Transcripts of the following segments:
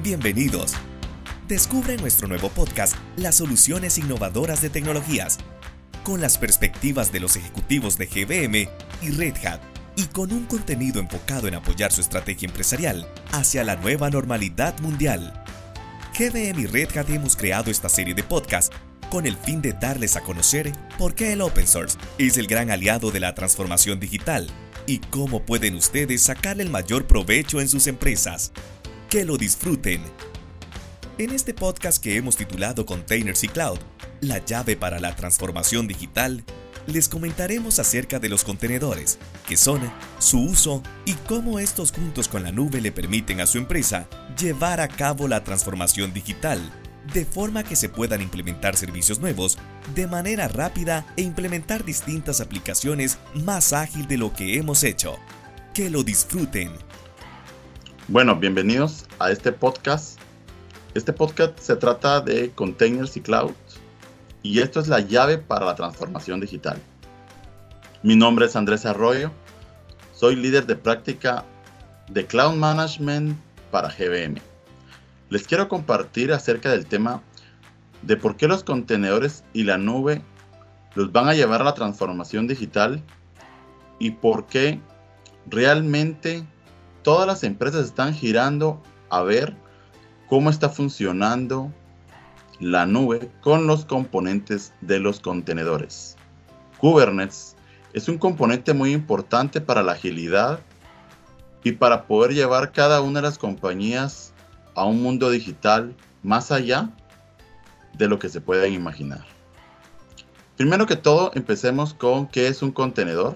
Bienvenidos. Descubre nuestro nuevo podcast, Las soluciones innovadoras de tecnologías, con las perspectivas de los ejecutivos de GBM y Red Hat, y con un contenido enfocado en apoyar su estrategia empresarial hacia la nueva normalidad mundial. GBM y Red Hat hemos creado esta serie de podcasts con el fin de darles a conocer por qué el Open Source es el gran aliado de la transformación digital y cómo pueden ustedes sacarle el mayor provecho en sus empresas. ¡Que lo disfruten! En este podcast que hemos titulado Containers y Cloud, la llave para la transformación digital, les comentaremos acerca de los contenedores, qué son, su uso y cómo estos juntos con la nube le permiten a su empresa llevar a cabo la transformación digital, de forma que se puedan implementar servicios nuevos de manera rápida e implementar distintas aplicaciones más ágil de lo que hemos hecho. ¡Que lo disfruten! Bueno, bienvenidos a este podcast. Este podcast se trata de Containers y Cloud, y esto es la llave para la transformación digital. Mi nombre es Andrés Arroyo, soy líder de práctica de Cloud Management para GBM. Les quiero compartir acerca del tema de por qué los contenedores y la nube los van a llevar a la transformación digital y por qué realmente todas las empresas están girando a ver cómo está funcionando la nube con los componentes de los contenedores. Kubernetes es un componente muy importante para la agilidad y para poder llevar cada una de las compañías a un mundo digital más allá de lo que se puedan imaginar. Primero que todo, empecemos con qué es un contenedor.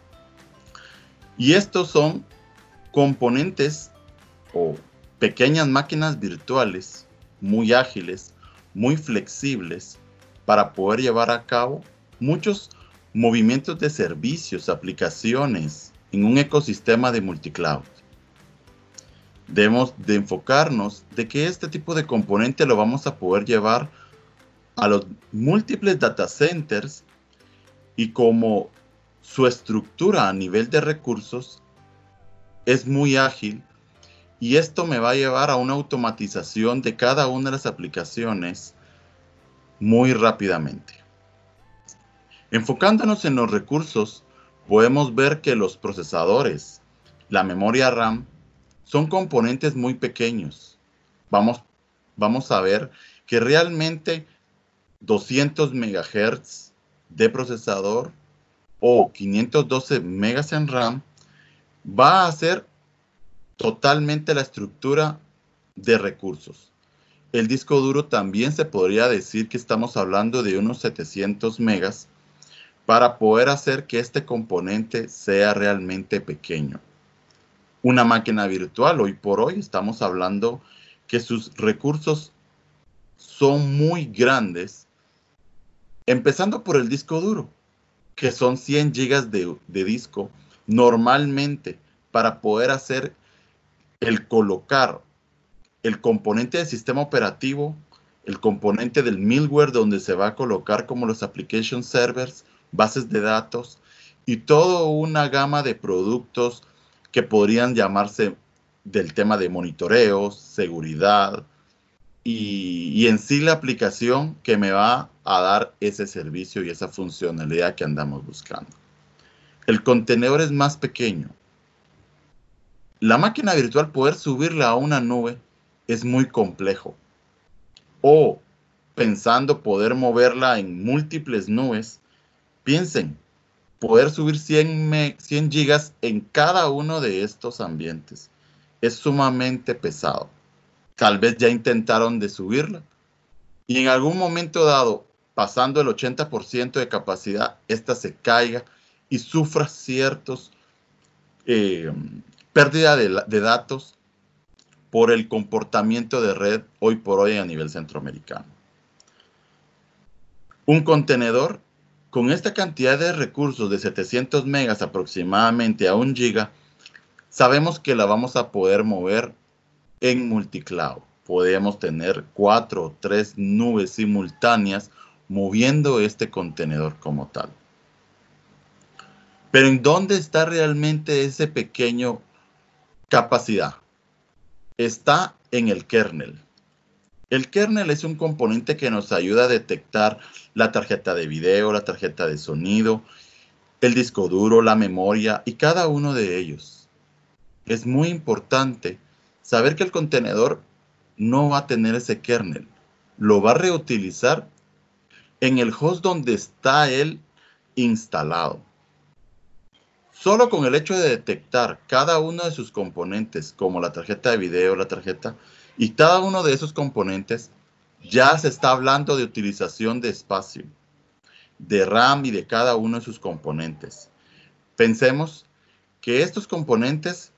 Y estos son componentes o pequeñas máquinas virtuales muy ágiles, muy flexibles para poder llevar a cabo muchos movimientos de servicios, aplicaciones en un ecosistema de multicloud. Debemos de enfocarnos de que este tipo de componente lo vamos a poder llevar a los múltiples data centers y como su estructura a nivel de recursos es muy ágil, y esto me va a llevar a una automatización de cada una de las aplicaciones muy rápidamente. Enfocándonos en los recursos, podemos ver que los procesadores, la memoria RAM, son componentes muy pequeños. Vamos a ver que realmente 200 MHz de procesador o 512 megas en RAM va a ser totalmente la estructura de recursos. El disco duro también se podría decir que estamos hablando de unos 700 megas para poder hacer que este componente sea realmente pequeño. Una máquina virtual, hoy por hoy estamos hablando que sus recursos son muy grandes, empezando por el disco duro, que son 100 gigas de disco normalmente para poder hacer el colocar el componente del sistema operativo, el componente del middleware donde se va a colocar como los application servers, bases de datos y toda una gama de productos que podrían llamarse del tema de monitoreo, seguridad y en sí la aplicación que me va a dar ese servicio y esa funcionalidad que andamos buscando. El contenedor es más pequeño. La máquina virtual, poder subirla a una nube es muy complejo. O pensando poder moverla en múltiples nubes, piensen, poder subir 100 gigas en cada uno de estos ambientes es sumamente pesado. Tal vez ya intentaron de subirla y en algún momento dado, pasando el 80% de capacidad, esta se caiga y sufra ciertos pérdida de datos por el comportamiento de red hoy por hoy a nivel centroamericano. Un contenedor con esta cantidad de recursos de 700 megas aproximadamente a 1 giga, sabemos que la vamos a poder mover en multicloud. Podemos tener 4 o 3 nubes simultáneas moviendo este contenedor como tal. Pero ¿en dónde está realmente ese pequeño capacidad? Está en el kernel. El kernel es un componente que nos ayuda a detectar la tarjeta de video, la tarjeta de sonido, el disco duro, la memoria y cada uno de ellos. Es muy importante saber que el contenedor no va a tener ese kernel. Lo va a reutilizar en el host donde está él instalado. Solo con el hecho de detectar cada uno de sus componentes, como la tarjeta de video, la tarjeta, y cada uno de esos componentes, ya se está hablando de utilización de espacio, de RAM y de cada uno de sus componentes. Pensemos que estos componentes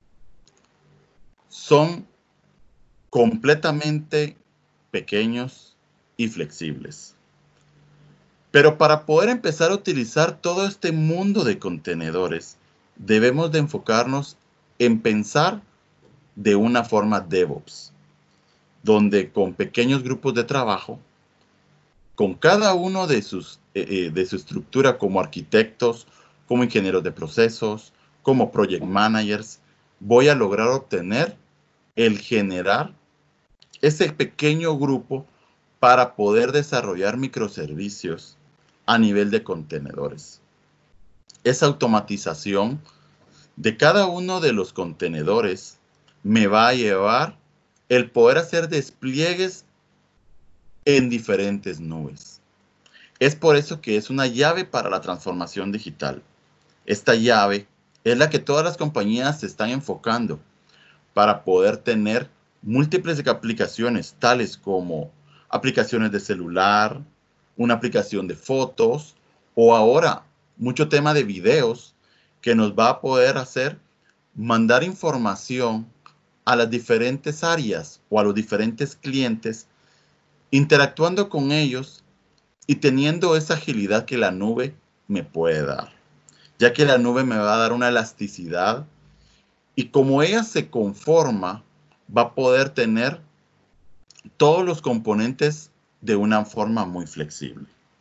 son completamente pequeños y flexibles. Pero para poder empezar a utilizar todo este mundo de contenedores, debemos de enfocarnos en pensar de una forma DevOps, donde con pequeños grupos de trabajo, con cada uno de su estructura como arquitectos, como ingenieros de procesos, como project managers, voy a lograr obtener el generar ese pequeño grupo para poder desarrollar microservicios a nivel de contenedores. Esa automatización de cada uno de los contenedores me va a llevar el poder hacer despliegues en diferentes nubes. Es por eso que es una llave para la transformación digital. Esta llave es la que todas las compañías se están enfocando para poder tener múltiples aplicaciones, tales como aplicaciones de celular, una aplicación de fotos, o ahora mucho tema de videos que nos va a poder hacer mandar información a las diferentes áreas o a los diferentes clientes, interactuando con ellos y teniendo esa agilidad que la nube me puede dar, ya que la nube me va a dar una elasticidad y como ella se conforma, va a poder tener todos los componentes de una forma muy flexible.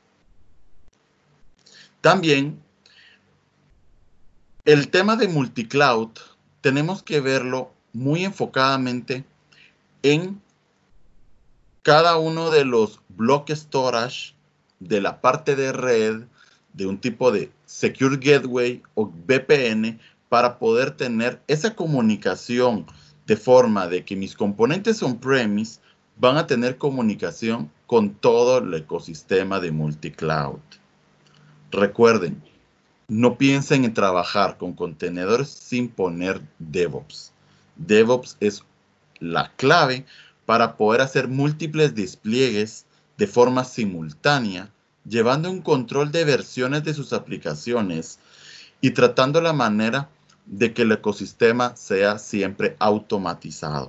También, el tema de multicloud, tenemos que verlo muy enfocadamente en cada uno de los block storage de la parte de red, de un tipo de Secure Gateway o VPN, para poder tener esa comunicación de forma de que mis componentes on-premise van a tener comunicación con todo el ecosistema de multicloud. Recuerden, no piensen en trabajar con contenedores sin poner DevOps. DevOps es la clave para poder hacer múltiples despliegues de forma simultánea, llevando un control de versiones de sus aplicaciones y tratando la manera de que el ecosistema sea siempre automatizado.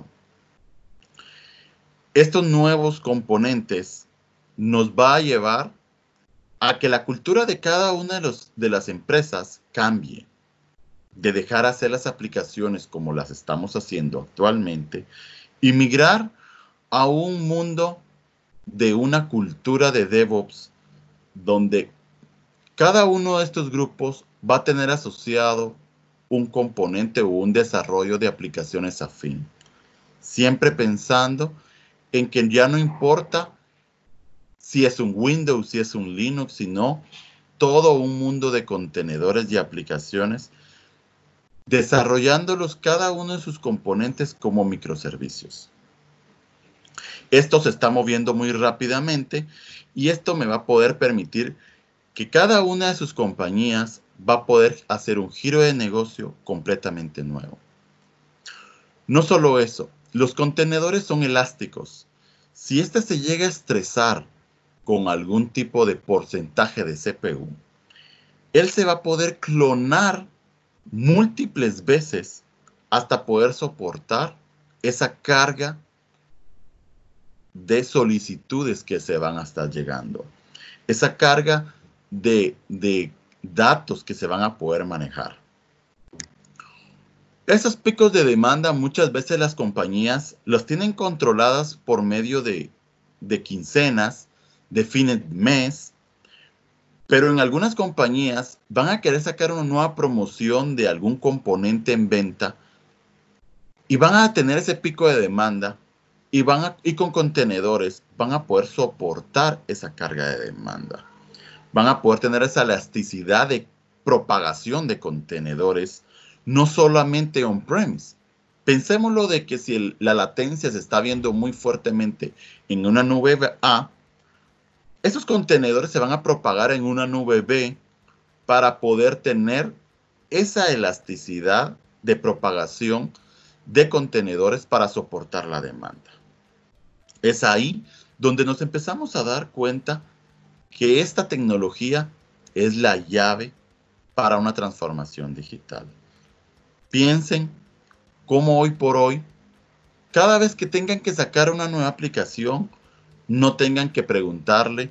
Estos nuevos componentes nos va a llevar a que la cultura de cada una de las empresas cambie, de dejar hacer las aplicaciones como las estamos haciendo actualmente y migrar a un mundo de una cultura de DevOps donde cada uno de estos grupos va a tener asociado un componente o un desarrollo de aplicaciones afín, siempre pensando en que ya no importa si es un Windows, si es un Linux, sino todo un mundo de contenedores y aplicaciones, desarrollándolos cada uno de sus componentes como microservicios. Esto se está moviendo muy rápidamente y esto me va a poder permitir que cada una de sus compañías va a poder hacer un giro de negocio completamente nuevo. No solo eso, los contenedores son elásticos. Si este se llega a estresar con algún tipo de porcentaje de CPU, él se va a poder clonar múltiples veces hasta poder soportar esa carga de solicitudes que se van a estar llegando, esa carga de datos que se van a poder manejar. Esos picos de demanda muchas veces las compañías los tienen controladas por medio de quincenas, de fines de mes, pero en algunas compañías van a querer sacar una nueva promoción de algún componente en venta y van a tener ese pico de demanda y con contenedores van a poder soportar esa carga de demanda. Van a poder tener esa elasticidad de propagación de contenedores, no solamente on-premise. Pensémoslo de que si la latencia se está viendo muy fuertemente en una nube A, esos contenedores se van a propagar en una nube B para poder tener esa elasticidad de propagación de contenedores para soportar la demanda. Es ahí donde nos empezamos a dar cuenta que esta tecnología es la llave para una transformación digital. Piensen cómo hoy por hoy, cada vez que tengan que sacar una nueva aplicación, no tengan que preguntarle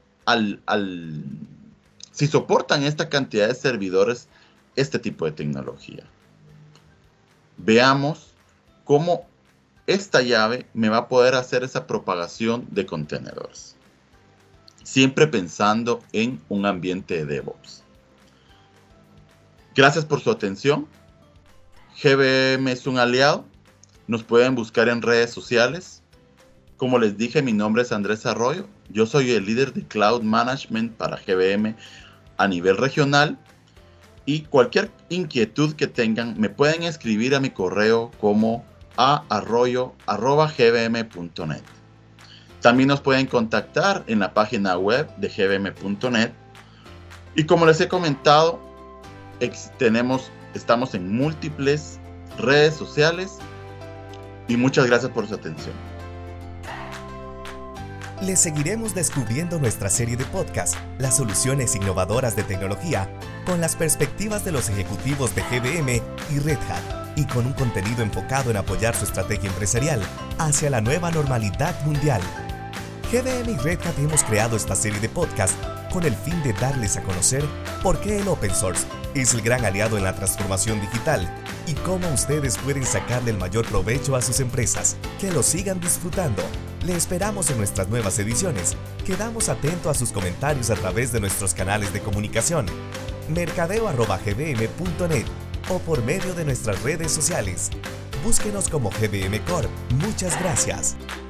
si soportan esta cantidad de servidores este tipo de tecnología. Veamos cómo esta llave me va a poder hacer esa propagación de contenedores. Siempre pensando en un ambiente de DevOps. Gracias por su atención. GVM es un aliado. Nos pueden buscar en redes sociales. Como les dije, mi nombre es Andrés Arroyo. Yo soy el líder de Cloud Management para GVM a nivel regional. Y cualquier inquietud que tengan, me pueden escribir a mi correo como arroyo@gvm.net. También nos pueden contactar en la página web de gvm.net. Y como les he comentado, estamos en múltiples redes sociales. Y muchas gracias por su atención. Les seguiremos descubriendo nuestra serie de podcast, las soluciones innovadoras de tecnología, con las perspectivas de los ejecutivos de GVM y Red Hat, y con un contenido enfocado en apoyar su estrategia empresarial hacia la nueva normalidad mundial. GVM y Red Hat hemos creado esta serie de podcast con el fin de darles a conocer por qué el Open Source es el gran aliado en la transformación digital y cómo ustedes pueden sacarle el mayor provecho a sus empresas. Que lo sigan disfrutando. Le esperamos en nuestras nuevas ediciones. Quedamos atentos a sus comentarios a través de nuestros canales de comunicación, mercadeo@gvm.net o por medio de nuestras redes sociales. Búsquenos como GVM Corp. Muchas gracias.